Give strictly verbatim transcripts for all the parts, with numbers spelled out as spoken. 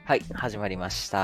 はい、始まりました。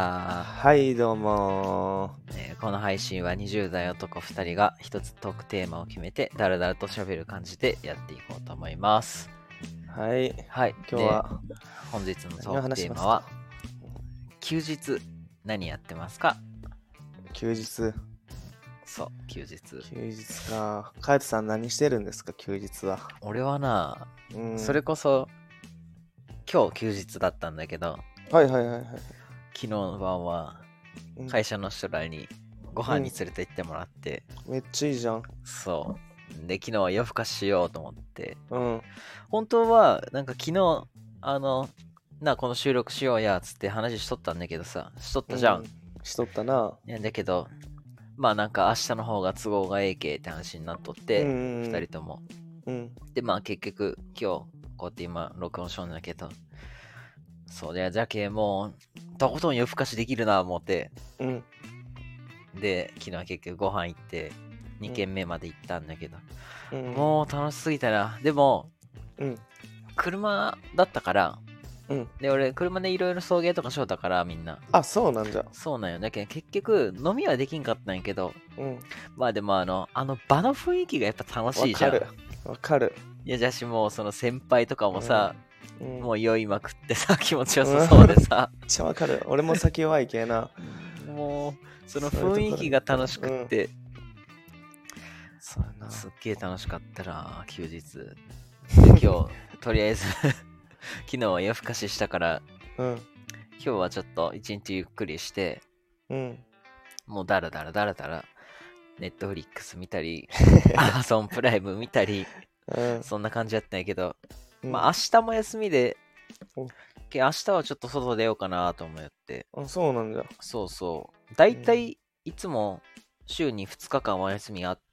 はい、どうもえーこの配信はにじゅう代男ふたりが一つトークテーマを決めてだらだらと喋る感じでやっていこうと思います。 ー。はい、 はい、 今日で、 は本日のト何をーク話しますテーマはか？ 休日何やってますか？ 休日。 そう、休日。 休日か。カイトさん何してるんですか、休日は。 俺はな、 うん。 それこそ今日休日だったんだけど、 はいはいはいはい。 昨日の晩はうん会社の人らにご飯に連れて行ってもらって、 めっちゃいいじゃん。 そう。で、昨日は夜更かししようと思って、 うん。 本当は、なんか昨日、あの、な、この収録しようや、つって話しとったんだけどさ、しとったじゃん。 うんしとったな。 いや、だけど、まあなんか明日の方が都合がええけって話になっとって、 うん二人とも。 うんで、まあ結局、今日、こうやって今、録音しようんだけど、そうで、じゃけもう、とことん夜更かしできるな、思って。 うんで、昨日は結局ご飯行って、に軒目まで行ったんだけど、 うんもう楽しすぎたな。でも、 うん車だったから、 うんで、俺、車でいろいろ送迎とかしようたから、みんな。 あ、そうなんじゃ。 そうなんよ。だけど、結局、飲みはできんかったんやけど、 うんまあでも、あの、あの場の雰囲気がやっぱ楽しいじゃん。 わかるわかる。 いや、じゃしもう、その先輩とかもさ、 うんもう酔いまくってさ、気持ちよさそうでさ、 めっちゃわかる。俺も酒弱いけな。 もう、そのそういうところ雰囲気が楽しくって、 そうやな。 すっげえ楽しかったな、休日。で、今日、とりあえず、昨日は夜更かししたから、 うん今日はちょっと一日ゆっくりして、 うんもうダラダラダラダラ、ネットフリックス見たり、アマゾンプライム見たり、 うんそんな感じやったんやけど、 うんまあ明日も休みでお、 け明日はちょっと外出ようかなと思って、 あ、そうなんじゃ。 そうそう。だいたいいつも週にふつかかんは休みあって、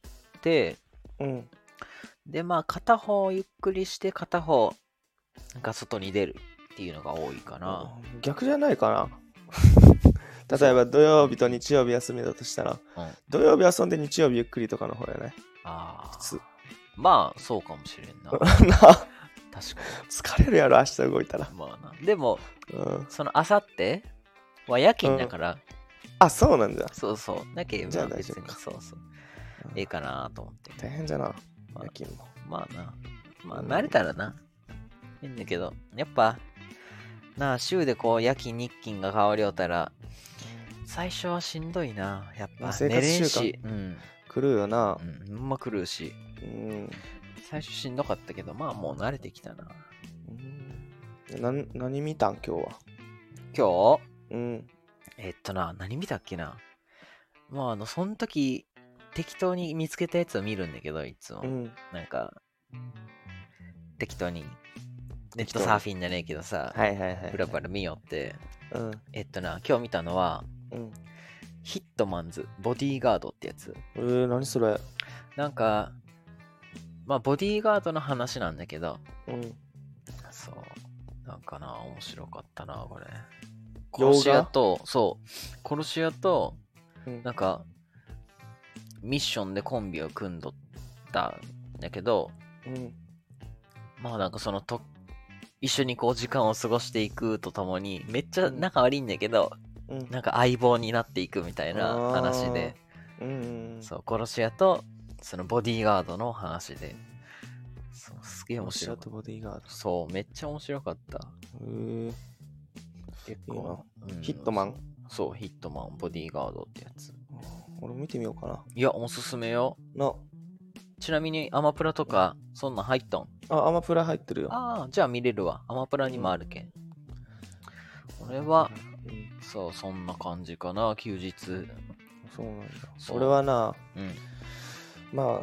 うんでまあ片方ゆっくりして片方なんか外に出るっていうのが多いかな。 逆じゃないかな。例えば土曜日と日曜日休みだとしたら、 うん。 土曜日遊んで日曜日ゆっくりとかの方やね。 ああ。 普通。 まあそうかもしれんな。確なか疲れるやろ、明日動いたら。 に。まあな。でも、 うん、 そのあさっては夜勤だから、 あ、そうなんじゃ。 そうそう。だけど、 じゃあまあ別に大丈夫かそうそう。 うんええかなと思って。 大変じゃな、 まあ夜勤も。 まあな。まあうん慣れたらな。いいんだけど、やっぱ、なあ、週でこう夜勤日勤が変わりよったら、最初はしんどいな。やっぱまあ生寝れん活習慣し、うん。 来るよな。 うん、ほんま狂うし。 うん。 最初しんどかったけど、まあもう慣れてきたな。 うんな何見たん今日は。 今日うん。 えっとな、何見たっけな。まああの、その時、適当に見つけたやつを見るんだけど、いつも。 うん。 なんか、適当に。ネッ適当にトサーフィンじゃねえけどさ、 はいはいはい。 ブラブラ見よって。 うん。 えっとな、今日見たのは、 うん。 ヒットマンズ、ボディーガードってやつ。 えー、何それ。 なんか、まあ、ボディーガードの話なんだけど、 うん。 そう。なんかな、面白かったな、これ。 洋画殺し屋と、そう、殺し屋と、 うんなんか、ミッションでコンビを組んどったんだけど、 うん。 まあなんかそのと、一緒にこう時間を過ごしていくとともに、めっちゃ仲悪いんだけど、 うん。 なんか相棒になっていくみたいな話で、 うん。 そう、殺し屋と、そのボディーガードの話で、そう、すげえ面ロシアと白かった。 ボディーガード。 そう、めっちゃ面白かった。 へー結いいな構、うんヒットマン。 そう、ヒットマン、ボディーガードってやつ。 俺も見てみようかな。 いや、おすすめよ。 な、 ちなみにアマプラとか、そんなん入ったん？ あ、アマプラ入ってるよ。 ああ、じゃあ見れるわ。アマプラにもあるけん。俺は、 うん、 そう、そんな感じかな、休日。 そうなんだ。 そう俺はな、 うん。 まあ、うん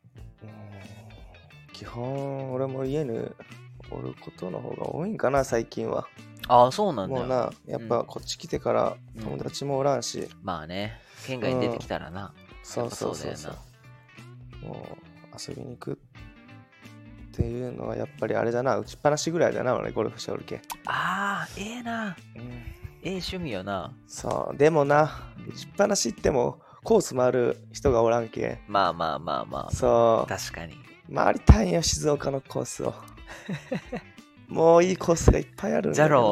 基本、俺も家におることの方が多いんかな、最近は。 ああ、そうなんだよ。 もうな、やっぱこっち来てからうん友達もおらんし、 まあね、県外に出てきたらな。 そうそうそうそうやっぱそうもう遊びに行くっていうのはやっぱりあれだな、打ちっぱなしぐらいだな、俺ゴルフしておるけん。 ああ、ええな。 うん、 ええ趣味よな。 そう、でもな、打ちっぱなしってもコース回る人がおらんけん。 まあまあまあまあ。 そう、 確かに。 回りたいんよ、静岡のコースを。もういいコースがいっぱいあるんだけどな。 じゃろう。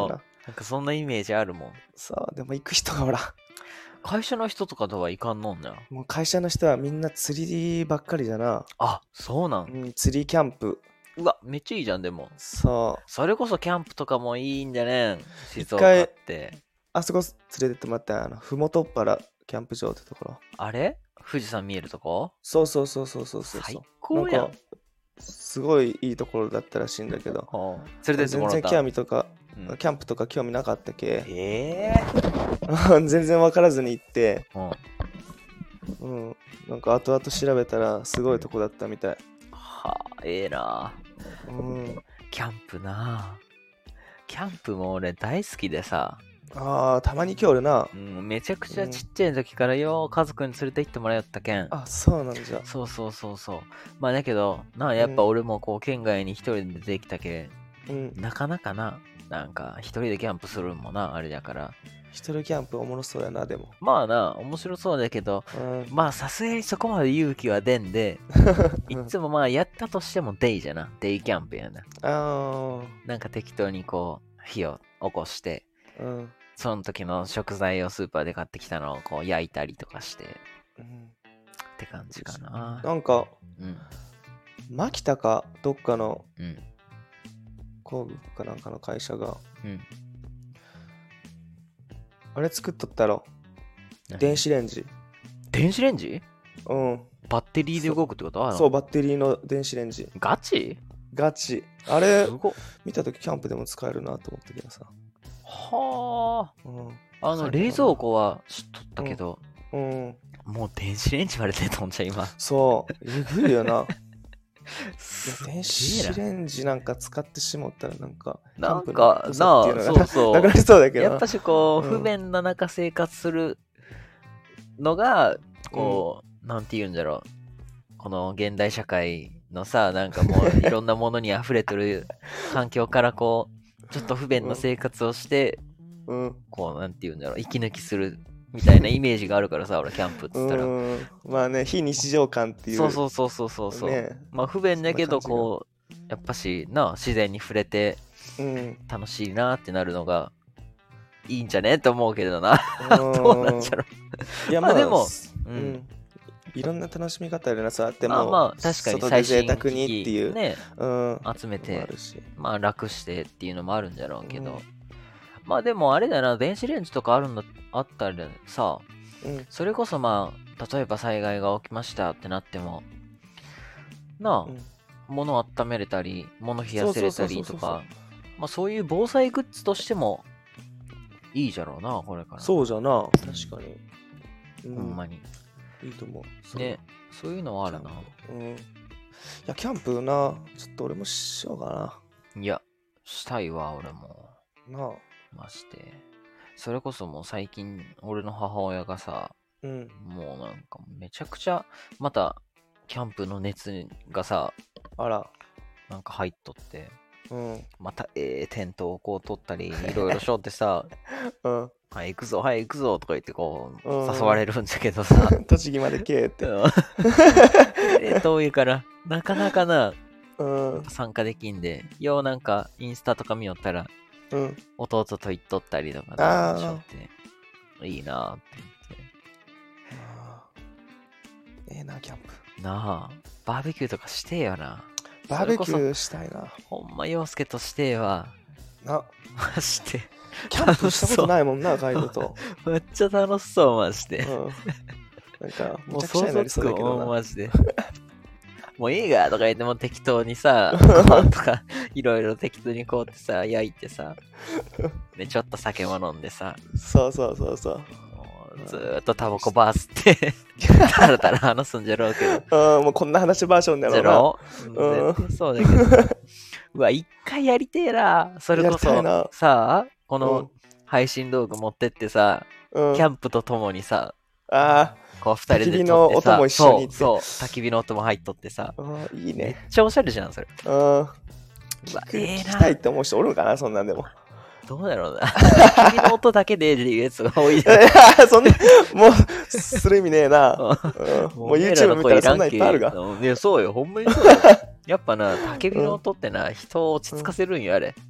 なんかそんなイメージあるもん。 さあ、でも行く人がおらん。 会社の人とかとはいかんのんじゃん。 もう会社の人はみんな釣りばっかりじゃな。 あ、そうなん。 うん、釣りキャンプ。 うわ、めっちゃいいじゃん、でも。 そう。 それこそキャンプとかもいいんじゃねん。静岡って。 あそこ連れてってもらった、あの、ふもとっぱらキャンプ場ってところ。 あれ富士山見えるとこ？ そうそうそうそうそうそう。 最高やん。 なんかすごいいいところだったらしいんだけど。 はあ、連れてってもらった。 全然興味とか、 うん、 キャンプとか興味なかったけ。 えー、全然分からずに行って、 うん、 うん、なんか後々調べたらすごいとこだったみたい。 はあ、ええー、な。 うん。 キャンプな。キャンプも俺大好きでさ。 ああ、たまに今日俺な、 うん、めちゃくちゃちっちゃい時からよ、家族に連れて行ってもらったけん。 あ、そうなんじゃ。 そうそうそうそう。まあだけど、なあ、やっぱ俺もこう、県外に一人で出てきたけ、うん、なかなかな、なんか一人でキャンプするんもな、あれだから。 一人キャンプおもろそうやな、でも。 まあな、面白そうだけど、うん、まあさすがにそこまで勇気は出んで、いつもまあやったとしてもデイじゃな、デイキャンプやな。あなんか適当にこう、火を起こして、うん、その時の食材をスーパーで買ってきたのをこう焼いたりとかして、うん、って感じかな。 なんか、うん、牧田かどっかの工具かなんかの会社が、うん、あれ作っとったろ。電子レンジ。 電子レンジ？ うん。 バッテリーで動くってこと？ そう、そうバッテリーの電子レンジ。 ガチ？ ガチ。あれ、見たときキャンプでも使えるなと思ったけどさ。 はあ、うん。あの、冷蔵庫は知っとったけど、うん。うん、もう電子レンジまで出とんじゃ今。 そう。えぐいよな。電子レンジなんか使ってしまったらなんかなんかなあそうそうなくなりそうだけどやっぱしこう、うん、不便な中生活するのがこう、うん、なんて言うんだろうこの現代社会のさなんかもういろんなものに溢れてる環境からこうちょっと不便な生活をして、うん、こうなんて言うんだろう息抜きするみたいなイメージがあるからさ俺キャンプっつったらまあね非日常感っていう、 そうそうそうそうそうそう、ね、まあ不便だけどこうやっぱしな自然に触れて楽しいなってなるのがいいんじゃねって思うけどなどうなんちゃろいやまあでも、うんうん、いろんな楽しみ方あるなさっても、まあ、まあ確かに最新機器にっていうね、うん、 集めてまあ楽してっていうのもあるんだろうけど、うん、まあでもあれだな電子レンジとかあるんだあったらさ、うん、それこそまあ例えば災害が起きましたってなってもなあ、うん、物を温めれたり物冷やせれたりとかまあそういう防災グッズとしてもいいじゃろうなこれからそうじゃな確かに、 うん、ほんまにいいと思うねそういうのはあるなうんいやキャンプなちょっと俺もしようかないやしたいわ俺もなあましてそれこそもう最近俺の母親がさ、うん、もうなんかめちゃくちゃまたキャンプの熱がさあらなんか入っとって、うん、またええテントをこう取ったりいろいろしょってさ、うん、はい行くぞはい行くぞとか言ってこう、うん、誘われるんだけどさ栃木まで来えって遠いからなかなかな、うん、参加できんでようなんかインスタとか見よったらうん、弟と行っとったりとかしょっていいなって思ってええなキャンプなあバーベキューとかしてよなバーベキューしたいなほんま陽介としてはなマジでキャンプしたことないもんなカイトとめっちゃ楽しそうマジで、うん、 なんかめちゃくちゃになりそうだけどなマジでもういいがとか言っても適当にさとかいろいろ適当にこうってさ焼いてさでちょっと酒も飲んでさそうそうそうそうずーっとタバコバー吸ってだらだら話すんじゃろうけどうんもうこんな話バージョンだろうなろ、うん、絶対そうだけどうわ一回やりてえなそれこそさこの配信道具持ってってさ、うん、キャンプとともにさああこう二人で撮ってさ、焚き火の音も一緒にそうそう焚き火の音も入っとってさあいいねめっちゃおしゃれじゃんそれうん聞く、えー、聞きたいって思う人おるのかなそんなんでもどうだろうな焚き火の音だけでっていうやつが多いじゃんいやそんなもうする意味ねえな、うん、もう YouTube 見たらそんなんいっぱいあるがいやそうよほんまにそうよやっぱな焚き火の音ってな、うん、人を落ち着かせるんよあれ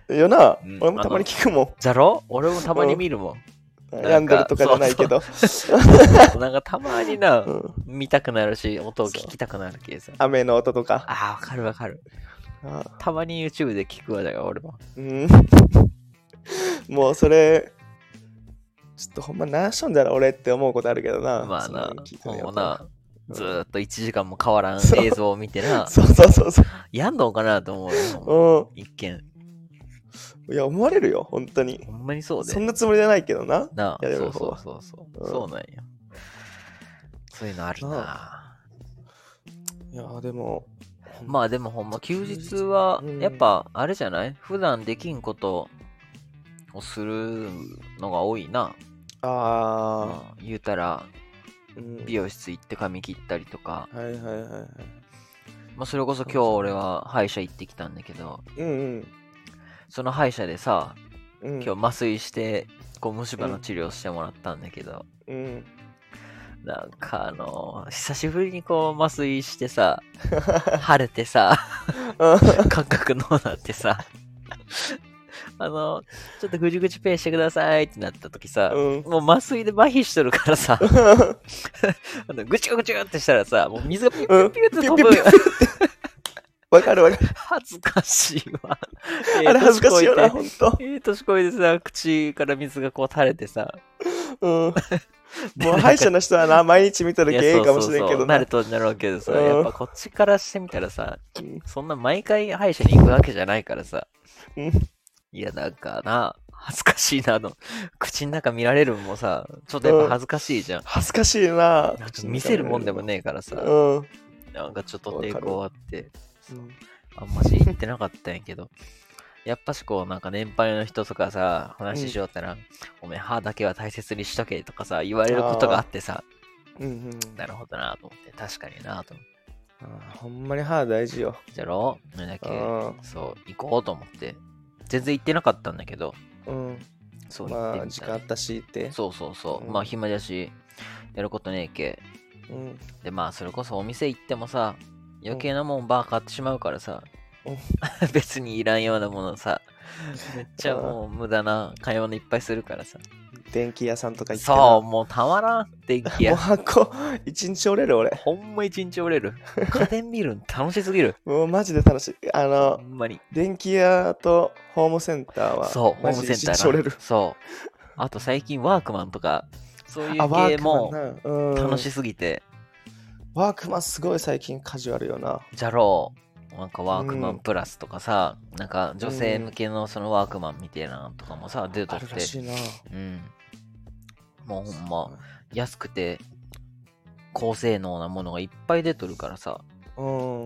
よな、うん、俺もたまに聞くもん。 じゃろ俺もたまに見るもん。 病んでるとかじゃないけど。 そうそうなんかたまにな、うん、見たくなるし、音を聞きたくなるけさ。 雨の音とか。 ああ、わかるわかる。たまに YouTube で聞くわだが、俺も。 うん。もうそれ、ちょっとほんま何しとんだろ俺って思うことあるけどな。 まあな、もうな、ずーっといちじかんも変わらん映像を見てな。 そうそうそうそう。 やんのかなと思うよ。うん。一見。 いや、思われるよ、本当に。 ほんまにそうで。 そんなつもりじゃないけどな。 なあ、そうそうそうそう。うん、そうなんや。そういうのあるな。 いや、でも。 まあでもほんま休日は、やっぱあれじゃない、うん、普段できんことをするのが多いな。 ああ、 うん。言うたら、美容室行って髪切ったりとか。 はいはいはいはい。 まあそれこそ今日俺は歯医者行ってきたんだけど。 うんうん。 その歯医者でさ、 うん、 今日麻酔してこう虫歯の治療してもらったんだけど、 うん、 なんかあのー、久しぶりにこう麻酔してさ腫れてさ感覚のなってさあのちょっとぐちぐちペーしてくださいってなった時さ、うん、もう麻酔で麻痺しとるからさあのぐちゅぐちゅってしたらさ、もう水がピュッピュッピュッって飛ぶ、うんわかるわかる。 恥ずかしいわ。 あれ恥ずかしいよな、ほんと。 ええ年こいでさ、口から水がこう垂れてさ。 うん。もう歯医者の人はな、毎日見たらええかもしれんけどな。なるとなるけどさ、うん、やっぱこっちからしてみたらさ、うん、そんな毎回歯医者に行くわけじゃないからさ。 うん、 いや、なんかな、恥ずかしいなの。口の中見られるのもさ、ちょっとやっぱ恥ずかしいじゃん。うん、 恥ずかしいな。 見せるもんでもねえからさ。 うん、 なんかちょっと抵抗あって。うん、あんまし言ってなかったんやけど、やっぱしこうなんか年配の人とかさ、話ししようったら、うん、おめえ歯だけは大切にしとけとかさ、言われることがあってさ、 うんうん、 なるほどなと思って、確かになと思って。 あ、ほんまに歯大事よ。 じゃろうだけ、そう、行こうと思って。全然行ってなかったんだけど、 うん、そうまあ時間あったしって。 そうそうそう、うん、まあ暇だし、やることねえけ。 うん、 でまあそれこそお店行ってもさ、余計なもんばー買ってしまうからさ、うん、別にいらんようなものさ、めっちゃもう無駄な買い物いっぱいするからさ。 電気屋さんとか行ってそう、もうたまらん、電気屋。 もう箱、一日折れる俺。 ほんま一日折れる。家電見るの楽しすぎる。 もうマジで楽しい。あの、 ほんまに。 電気屋とホームセンターは、 そう、ホームセンター折れる。 そう。あと最近ワークマンとか、そういう系も楽しすぎて。 ワークマンすごい最近カジュアルよな。 じゃろう。なんかワークマンプラスとかさ、うん、なんか女性向けのそのワークマンみたいなのとかもさ、出とって。 あるらしいな。 うん。もうほんま、安くて高性能なものがいっぱい出とるからさ。 うん。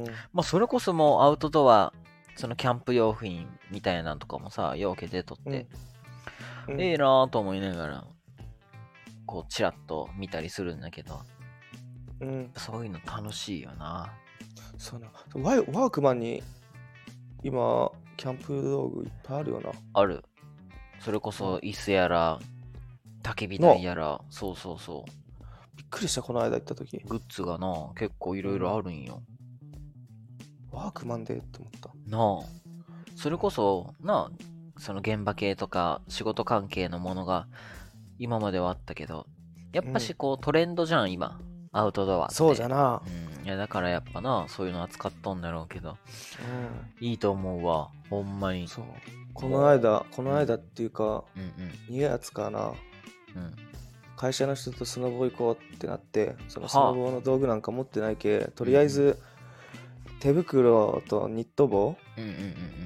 まあそれこそもうアウトドア、そのキャンプ用品みたいなのとかもさ、ようけ出とって。うん、ええなぁと思いながら、こうチラッと見たりするんだけど。 うん、 そういうの楽しいよな。 そうな。ワークマンに今キャンプ道具いっぱいあるよな。 ある。それこそ椅子やら焚き火台やら、そうそうそう。 びっくりしたこの間行った時。 グッズがな結構いろいろあるんよ。 ワークマンでって思った。 なあ。それこそなあ、その現場系とか仕事関係のものが今まではあったけど、やっぱしこう、うん、トレンドじゃん今。アウトドアって。 そうじゃな。 うん。いやだからやっぱな、そういうの扱っとんだろうけど。うん。いいと思うわ。ほんまに。 そう。この間、この間っていうか、 うんうん。 にがつかな。 うん。 会社の人とスノボ行こうってなって、そのスノボの道具なんか持ってないけ、とりあえず、手袋とニット帽、 うんうんうんうん、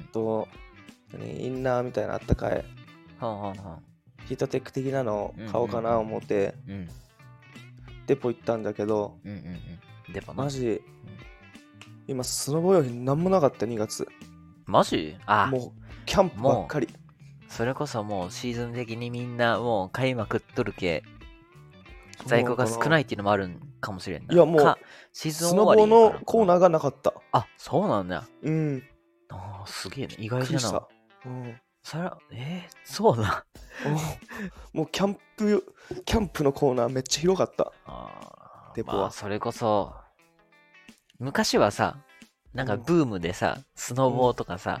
と、インナーみたいなあったかい、 はんはんはん、 ヒートテック的なの買おうかな思って、 うんうんうん、 デポ行ったんだけど、 うんうんうん、デポなマジ、うん、今スノボ用品なんもなかったにがつ。 マジ？あ、 もうキャンプばっかり。 それこそもうシーズン的にみんなもう買いまくっとるけ、在庫が少ないっていうのもあるんかもしれんな。 いやもうシーズンスノボのコーナーがなかった。 あ、そうなんだ。 うん。 ああ、すげえね。意外じゃな。 うん。 それえー、そうな。 もうキャンプキャンプのコーナーめっちゃ広かった。 あデポは、まあ、それこそ昔はさ、なんかブームでさ、うん、スノボーとかさ、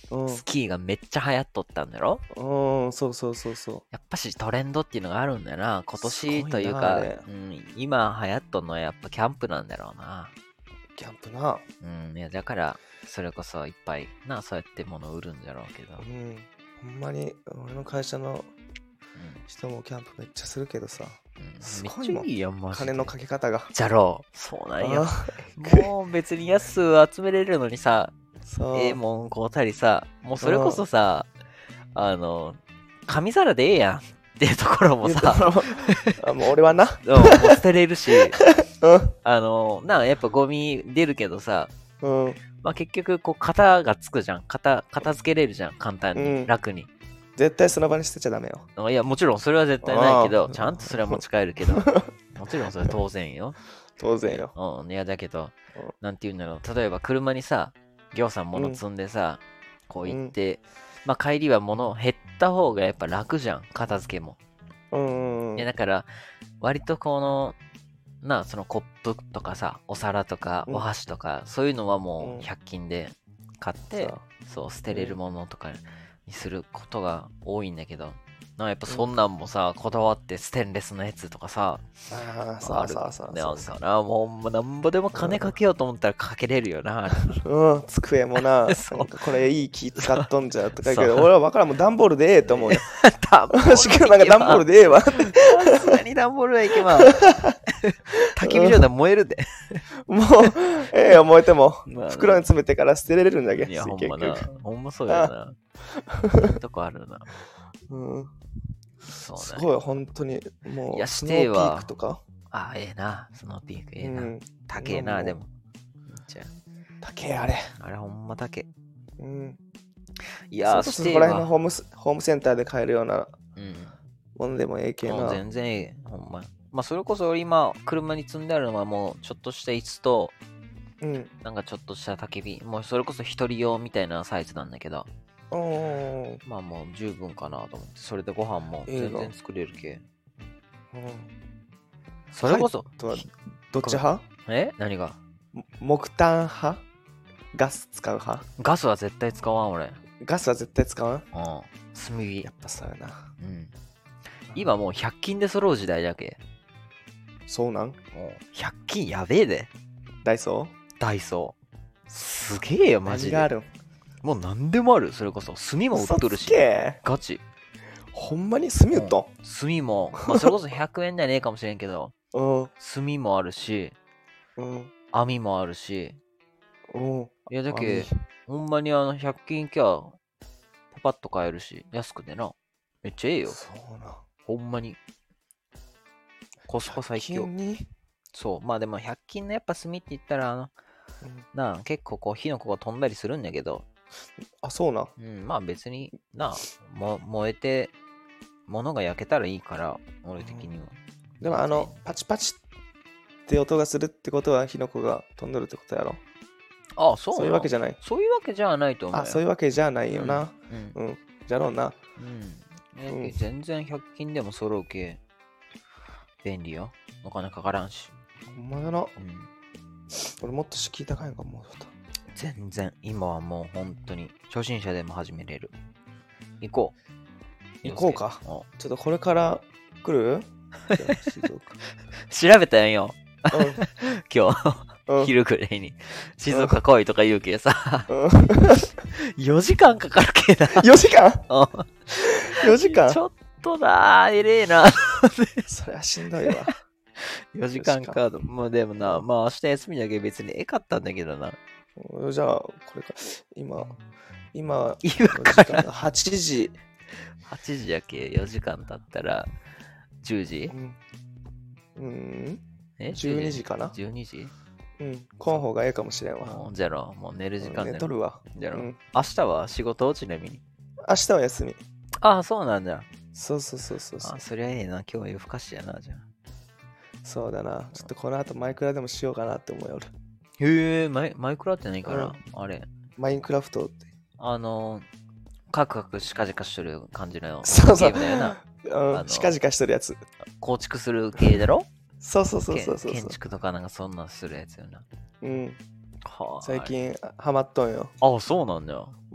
うん。 スキーがめっちゃ流行っとったんだろ。 うん、そうそうそうそやっぱしトレンドっていうのがあるんだよな。今年というか、 すごいなあれうん、今流行っとんのはやっぱキャンプなんだろうな。 う。キャンプな。 うん、いやだからそれこそいっぱいな、そうやって物売るんだろうけど。 うん。ほんまに、俺の会社のうん人もキャンプめっちゃするけどさ、 うん、 すめっごいもん。 ちゃいいやん、マジで。 金のかけ方が。 じゃろう。そうなんや。 あもう別に安集めれるのにさ、 そう。 ええもん買うたりさ、もうそれこそさ、あの、紙皿でええやんっていうところもさ、 あもう俺はな。 うん、もう捨てれるし、 うん。 あの、な、やっぱゴミ出るけどさ、 うん。 まあ、結局、こう、型がつくじゃん。型、片付けれるじゃん。簡単に、 うん楽に。 絶対その場に捨てちゃダメよ。 あいや、もちろんそれは絶対ないけど、 あーちゃんとそれは持ち帰るけど、もちろんそれは当然よ。 当然よ。 うん、いや、だけどうん、 なんて言うんだろう。例えば、車にさ、ぎょうさん物積んでさ、こう行って、まあ、帰りは物減った方がやっぱ楽じゃん。片付けも。 うんうんいや、だから、割とこの、な、そのコップとかさ、お皿とかうんお箸とか、そういうのはもうんうひゃく均で買って、 さそう、捨てれるものとかにすることが多いんだけど、なやっぱそんなんもさ、こだわってステンレスのやつとかさ、 ああ、そうそうそうなそうんかな、もうほんまなんぼでも金かけようと思ったらかけれるよな、あれ。 うん、机もな、 そうなんかこれいい気使っとんじゃとか言うけそうど、俺は分からん、もう段ボールでええと思うよ。 段ボールしかもなんか段ボールでええわ。 さすがに段ボールはいけまう。焚き火場で燃えるで。 もう、ええよ、燃えても。 まあね袋に詰めてから捨てれるんだけど、 いや、ほん結まな局。。 ほんまそうやな。そういうとこあるな。 うん、 そうね。 すごい、本当に。もいやう、スノしてはーピークとか。 あ、ええな。そのピークええな。 うん。 高えな、 もうでも。じゃ高え、あれ。 あ、あれほんま高え。 うん。 いや、 そしてこら辺のホは。 ームスホームセンターで買えるようなうん。 ものでもええけな。 もう全然ええ。ほんま。まあ、それこそ俺今、車に積んであるのはもう、ちょっとした椅子と、 うん。 なんかちょっとした焚き火。もうそれこそ一人用みたいなサイズなんだけど。 うん。 まあもう十分かなと思って。それでご飯もいいの全然作れるけ。 うんそれこそ。 とはどっち派え何がも木炭派ガス使う派ガスは絶対使わん俺。 ガスは絶対使わんうん。炭火や。っぱそうやな。 うん。今もうひゃく均で揃う時代だけ。 そうなんもうひゃく均やべえで。 ダイソダイソー。すげえよ、 ーマジで。 何があるんもう何でもある。それこそ。炭も売っとる嘘つし。 けガチ。 ほんまに炭売っと炭も、まあそれこそひゃくえんではねえかもしれんけど、 んうん炭もあるし、 うん網もあるし。 うんいやだけ、ほんまにあのひゃく均きゃ、パパッと買えるし、安くてな。めっちゃええよ。 そうなほんまに。コスパ最強。 金にそう。まあでもひゃく均のやっぱ炭って言ったら、あの、 うんなあ、結構こう火の粉が飛んだりするんだけど、 あそうなんうん、まあ別になあ、も燃えて、物が焼けたらいいから、俺的には。 でもあのパチパチって音がするってことは火の粉が飛んでるってことやろああ、そうそういうわけじゃゃないそういうわけじゃないと思うよ。 あそういうわけじゃないよなうん。 うんじゃろうなうん。やうんけ全然ひゃく均でも揃うけ、便利よ。お金かからんし。 ほんまだなうん。 俺もっと敷居高いんかもう全然、今はもう本当に、初心者でも始めれる。行こう。 行こうかおちょっとこれから来るじゃあ静岡調べたんよ。今日、 うんうん昼くらいに。静岡来いとか言うけどさ、 うんよじかんかかるけな。 よじかんうんよじかんちょっとな、えれえな。 そりゃしんどいわよじかんか。もうでもな、まあ明日休みだけど別にええかったんだけどな。 うんじゃあこれか今今今からはちじはちじやけ、よじかん経ったらじゅうじうんうんえじゅうにじかなじゅうにじうんこん方がええかもしれんわもうじゃろ、もう寝る時間寝だよ。 とるわじゃろ、 うん明日は仕事ちなみに。 明日は休みああ、そうなんだ。 そうそうそうそうそうあそりゃええな。今日は夜更かしやな、じゃあ。 そうだなちょっとこの後マイクラでもしようかなって思うよ俺へえ、マイマイクラって何かな、 うんあれ。 マインクラフトってあのー、カクカクシカジカしとる感じのそうそうゲームだよな。 うんあのシカジカしとるやつ構築する系だろそうそうそうそうそうけ建築とかなんかそんなんするやつよな。 うんはあ、 最近ハマっとんよあ、そうなんだよ。 うん 。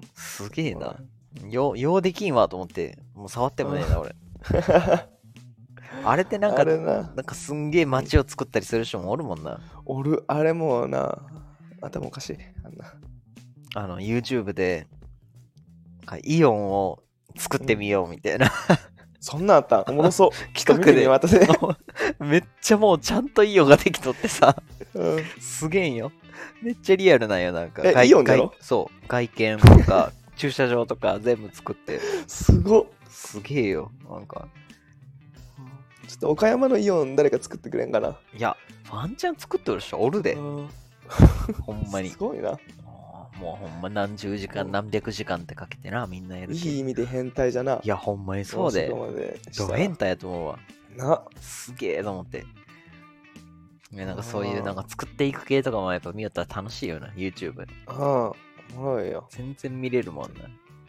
すげえな。よう、ようできんわと思って、もう触ってもねえな、俺。あれってなんか、 あれな。 なんかすんげえ街を作ったりする人もおるもんな。 おる、あれもうな、頭おかしい。あんな。 あの、YouTube で、イオンを作ってみようみたいな、 そんなんあったんおもろそう。 企画でまたね。 めっちゃもうちゃんとイオンができとってさ、 うん、 すげえんよ。めっちゃリアルなんよ、なんか。 え外イオンだろ外そう、外見とか、駐車場とか全部作って、 すごっ。 すげえよ、なんか。 ちょっと岡山のイオン誰か作ってくれんかな。 いや、ワンチャン作ってる人おるで、 うんほんまにす。ごいな。 もうほんま何十時間、何百時間ってかけてな、みんなやるけど。 いい意味で変態じゃな。 いや、ほんまにそうで。 大阪までしたらド変態やと思うわ。 な。 すげえと思って。いや、なんかそういう、 あーなんか作っていく系とかもやっぱ見よったら楽しいよな、YouTube。 ああ、おもろいよ。 全然見れるもんな。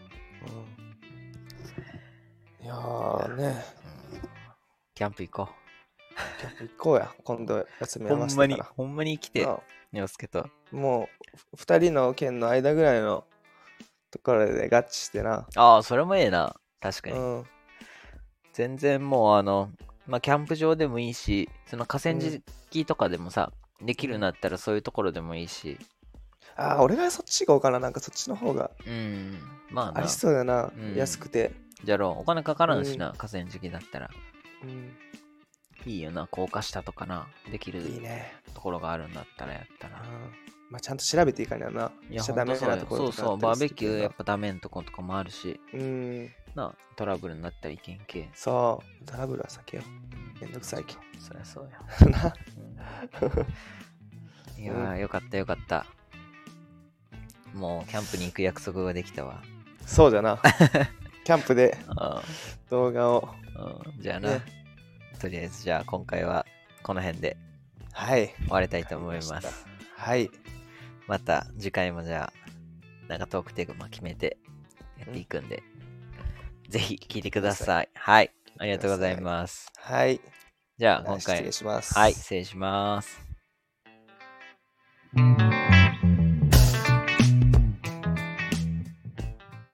うん、いやーね、 キャンプ行こキャンプ行こうや。今度休う。 みほんまに、 合わせてから。 ほんまに来て、 なあ洋介と。 もう、ふ二人の県の間ぐらいのところで合致してな。 ああ、それもええな。確かに。 うん。 全然もうあの、まあ、キャンプ場でもいいし、その河川敷とかでもさ、できるようになったらそういうところでもいいし。 ああ、俺がそっち行こうかな。なんかそっちの方がうん。まあな。 ありそうだな。 うん安くて。 じゃろう、お金かからんしな、河川敷だったら。 うん。 いいよな、高架下とかな、できるいいね。 ところがあるんだったらやったら。 うんまあ、ちゃんと調べていかにゃな。 いや、 しちゃダメほんとそうよ。 なところそうそう、 とかあったりするバーベキューけどやっぱダメなとことかもあるし、 うん。 な、トラブルになったらいけんけ。 そう。トラブルは避けようんめんどくさいけそりゃそうや。 う。な。 うんいやー、よかったよかった。もう、キャンプに行く約束ができたわ。 そうじゃな。キャンプであ動画を。 うん、じゃあな、 ねとりあえずじゃあ今回はこの辺ではい。 終わりたいと思いまわかりす。 はい。 また次回もじゃあ、なんかトークテーマ決めてやっていくんで、ぜひ聞いてください。はい。ありがとうございます。 はい。 じゃあ今失礼回、 します。 はい、失礼します。